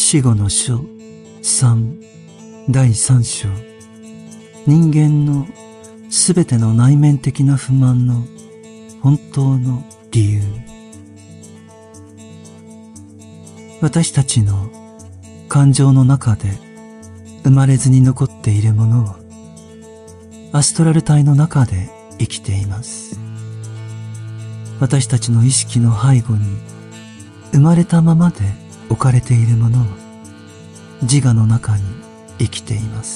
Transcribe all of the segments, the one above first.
死後の書3第3章、人間のすべての内面的な不満の本当の理由。私たちの感情の中で生まれずに残っているものはアストラル体の中で生きています。私たちの意識の背後に生まれたままで置かれているものは自我の中に生きています。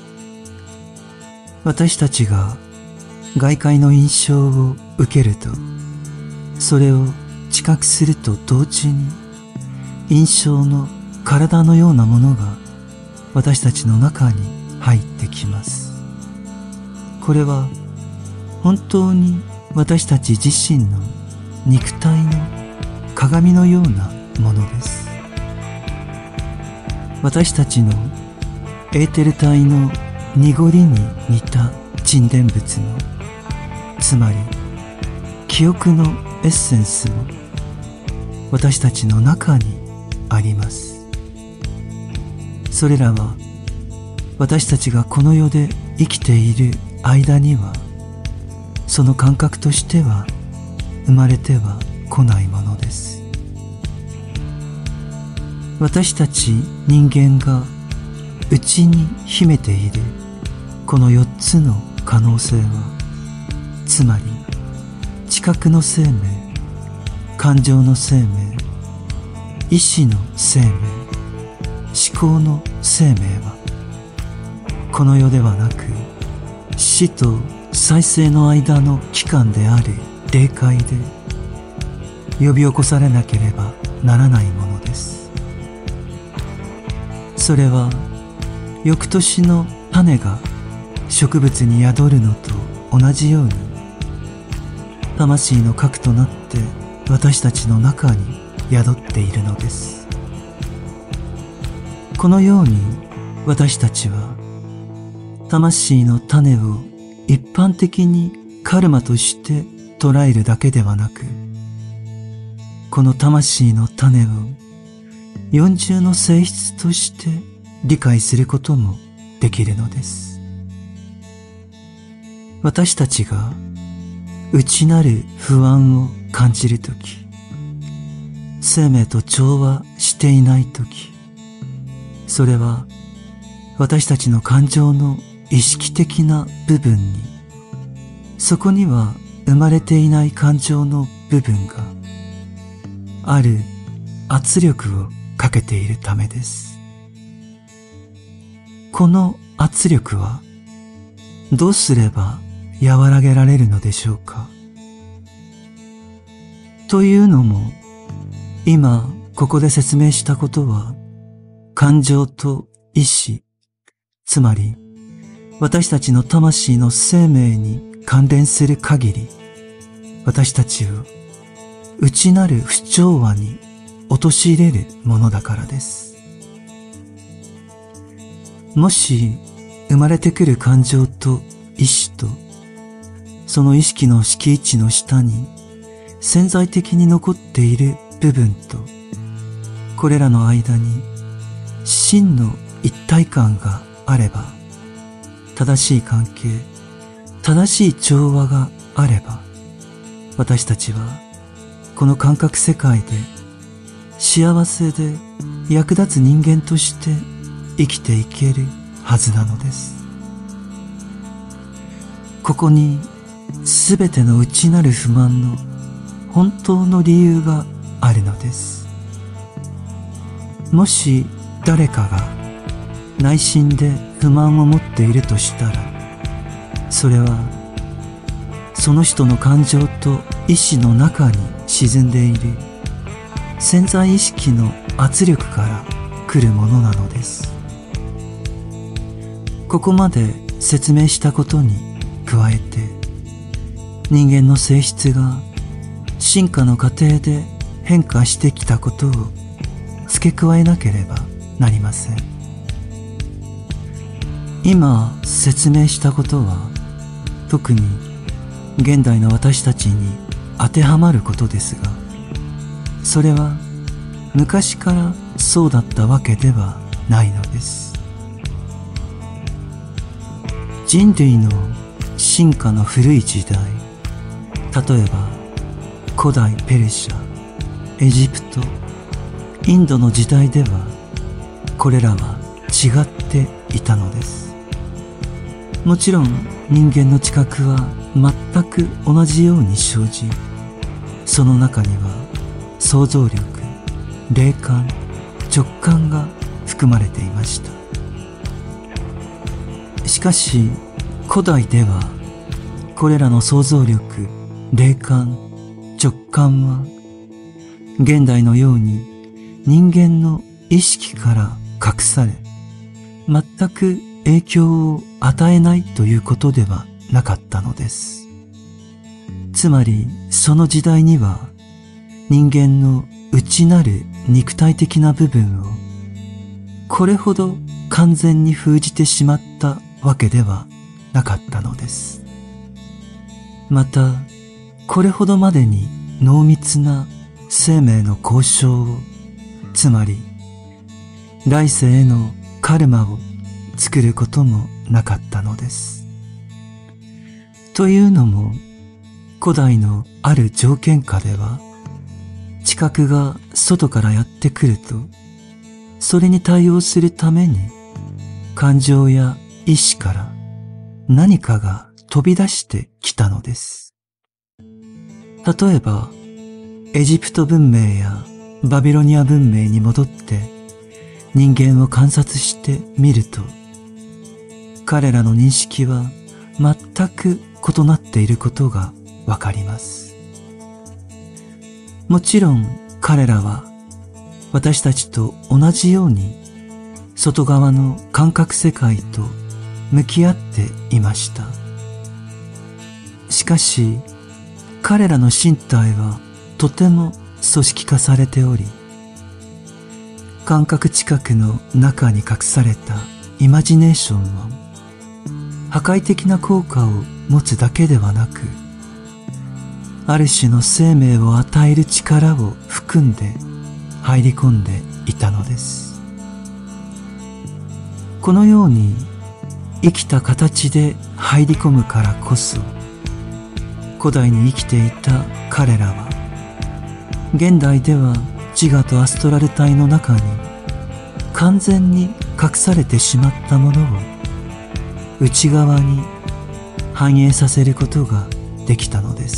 私たちが外界の印象を受けると、それを知覚すると同時に印象の体のようなものが私たちの中に入ってきます。これは本当に私たち自身の肉体の鏡のようなものです。私たちのエーテル体の濁りに似た沈殿物も、つまり記憶のエッセンスも私たちの中にあります。それらは私たちがこの世で生きている間にはその感覚としては生まれては来ないものです。私たち人間が内に秘めているこの4つの可能性は、つまり知覚の生命、感情の生命、意志の生命、思考の生命は、この世ではなく死と再生の間の期間である霊界で呼び起こされなければならないものです。それは翌年の種が植物に宿るのと同じように、魂の核となって私たちの中に宿っているのです。このように私たちは魂の種を一般的にカルマとして捉えるだけではなく、この魂の種を四重の性質として理解することもできるのです。私たちが内なる不安を感じるとき、生命と調和していないとき、それは私たちの感情の意識的な部分に、そこには生まれていない感情の部分がある圧力をかけているためです。この圧力はどうすれば和らげられるのでしょうか。というのも、今ここで説明したことは感情と意志、つまり私たちの魂の生命に関連する限り、私たちを内なる不調和に陥れるものだからです。もし生まれてくる感情と意志と、その意識の敷地の下に潜在的に残っている部分と、これらの間に真の一体感があれば、正しい関係、正しい調和があれば、私たちはこの感覚世界で幸せで役立つ人間として生きていけるはずなのです。ここにすべての内なる不満の本当の理由があるのです。もし誰かが内心で不満を持っているとしたら、それはその人の感情と意志の中に沈んでいる潜在意識の圧力から来るものなのです。ここまで説明したことに加えて、人間の性質が進化の過程で変化してきたことを付け加えなければなりません。今説明したことは特に現代の私たちに当てはまることですが、それは昔からそうだったわけではないのです。人類の進化の古い時代、例えば古代ペルシャ、エジプト、インドの時代ではこれらは違っていたのです。もちろん人間の知覚は全く同じように生じ、その中には想像力、霊感、直感が含まれていました。しかし古代ではこれらの想像力、霊感、直感は現代のように人間の意識から隠され、全く影響を与えないということではなかったのです。つまりその時代には人間の内なる肉体的な部分をこれほど完全に封じてしまったわけではなかったのです。またこれほどまでに濃密な生命の交渉を、つまり来世へのカルマを作ることもなかったのです。というのも古代のある条件下では、知覚が外からやってくると、それに対応するために感情や意志から何かが飛び出してきたのです。例えばエジプト文明やバビロニア文明に戻って人間を観察してみると、彼らの認識は全く異なっていることがわかります。もちろん彼らは私たちと同じように外側の感覚世界と向き合っていました。しかし彼らの身体はとても組織化されており、感覚知覚の中に隠されたイマジネーションは破壊的な効果を持つだけではなく、ある種の生命を与える力を含んで入り込んでいたのです。このように生きた形で入り込むからこそ、古代に生きていた彼らは現代では自我とアストラル体の中に完全に隠されてしまったものを内側に反映させることができたのです。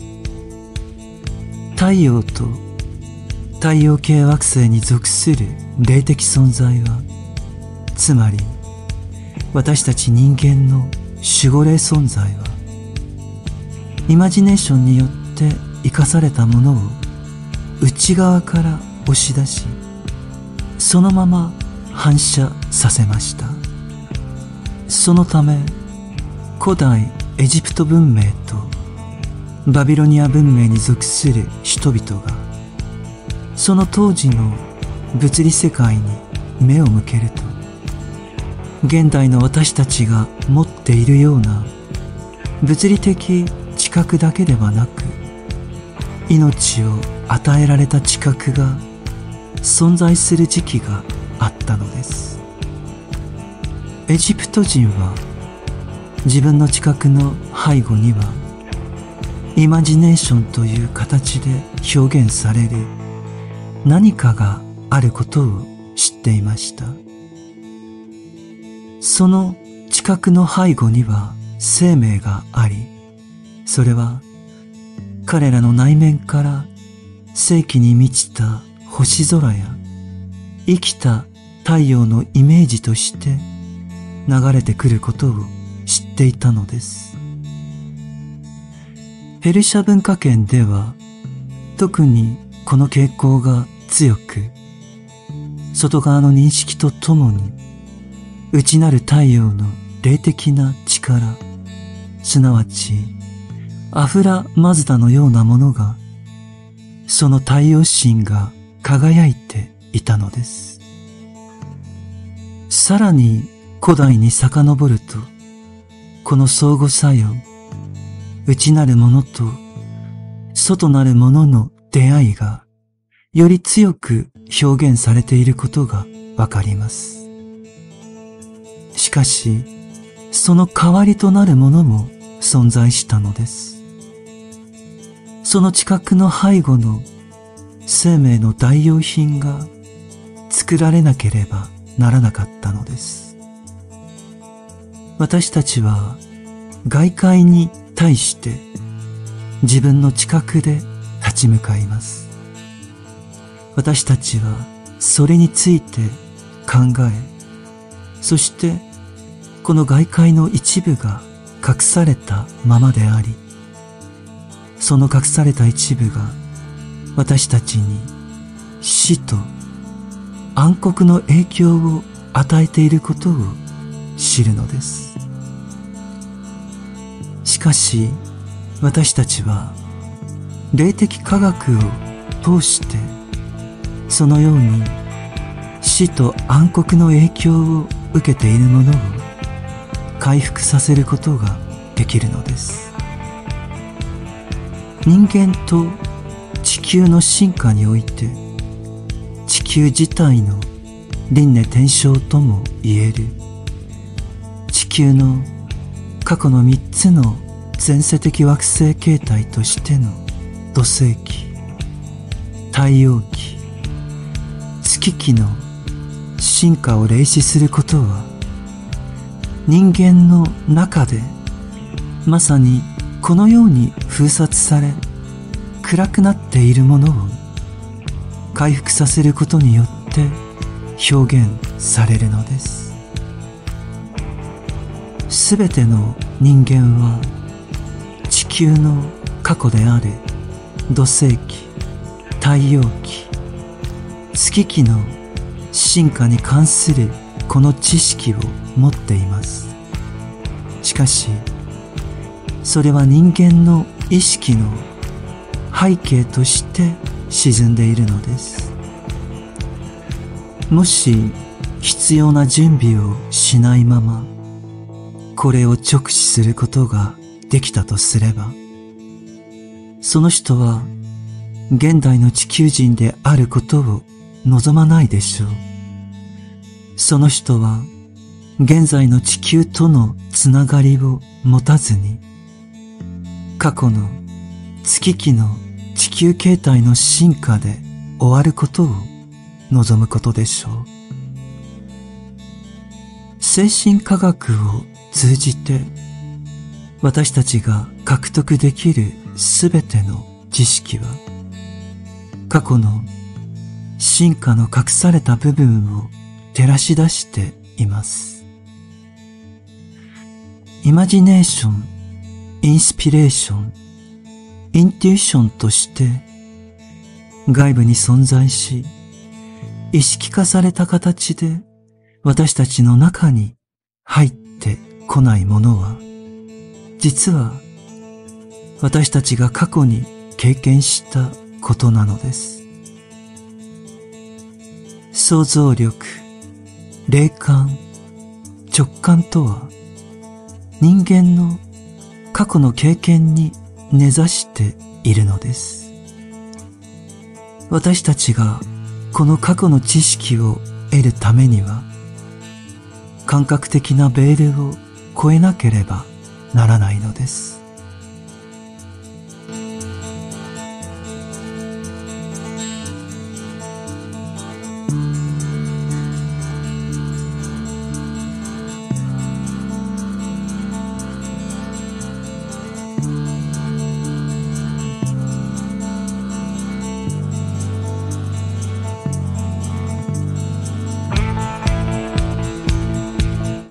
太陽と太陽系惑星に属する霊的存在は、つまり私たち人間の守護霊存在は、イマジネーションによって生かされたものを内側から押し出し、そのまま反射させました。そのため古代エジプト文明とバビロニア文明に属する人々がその当時の物理世界に目を向けると、現代の私たちが持っているような物理的知覚だけではなく、命を与えられた知覚が存在する時期があったのです。エジプト人は自分の知覚の背後にはイマジネーションという形で表現される何かがあることを知っていました。その知覚の背後には生命があり、それは彼らの内面から世紀に満ちた星空や生きた太陽のイメージとして流れてくることを知っていたのです。ペルシャ文化圏では特にこの傾向が強く、外側の認識とともに内なる太陽の霊的な力、すなわちアフラマズダのようなものが、その太陽神が輝いていたのです。さらに古代に遡ると、この相互作用、内なるものと外なるものの出会いがより強く表現されていることがわかります。しかし、その代わりとなるものも存在したのです。その知覚の背後の生命の代用品が作られなければならなかったのです。私たちは外界に対して自分の知覚で立ち向かいます。私たちはそれについて考え、そしてこの外界の一部が隠されたままであり、その隠された一部が私たちに死と暗黒の影響を与えていることを知るのです。しかし私たちは霊的科学を通してそのように死と暗黒の影響を受けているものを回復させることができるのです。人間と地球の進化において地球自体の輪廻転生とも言える地球の過去の3つの前世的惑星形態としての土星期、太陽期、月期の進化を霊視することは人間の中でまさにこのように封殺され暗くなっているものを回復させることによって表現されるのです。すべての人間は地球の過去である土星期、太陽期、月期の進化に関するこの知識を持っています。しかしそれは人間の意識の背景として沈んでいるのです。もし必要な準備をしないままこれを直視することができたとすれば、その人は現代の地球人であることを望まないでしょう。その人は現在の地球とのつながりを持たずに過去の月期の地球形態の進化で終わることを望むことでしょう。精神科学を通じて私たちが獲得できるすべての知識は過去の進化の隠された部分を照らし出しています。イマジネーション、インスピレーション、インテュイションとして外部に存在し、意識化された形で私たちの中に入ってこないものは、実は私たちが過去に経験したことなのです。想像力、霊感、直感とは人間の過去の経験に根ざしているのです。私たちがこの過去の知識を得るためには感覚的なベールを越えなければならないのです。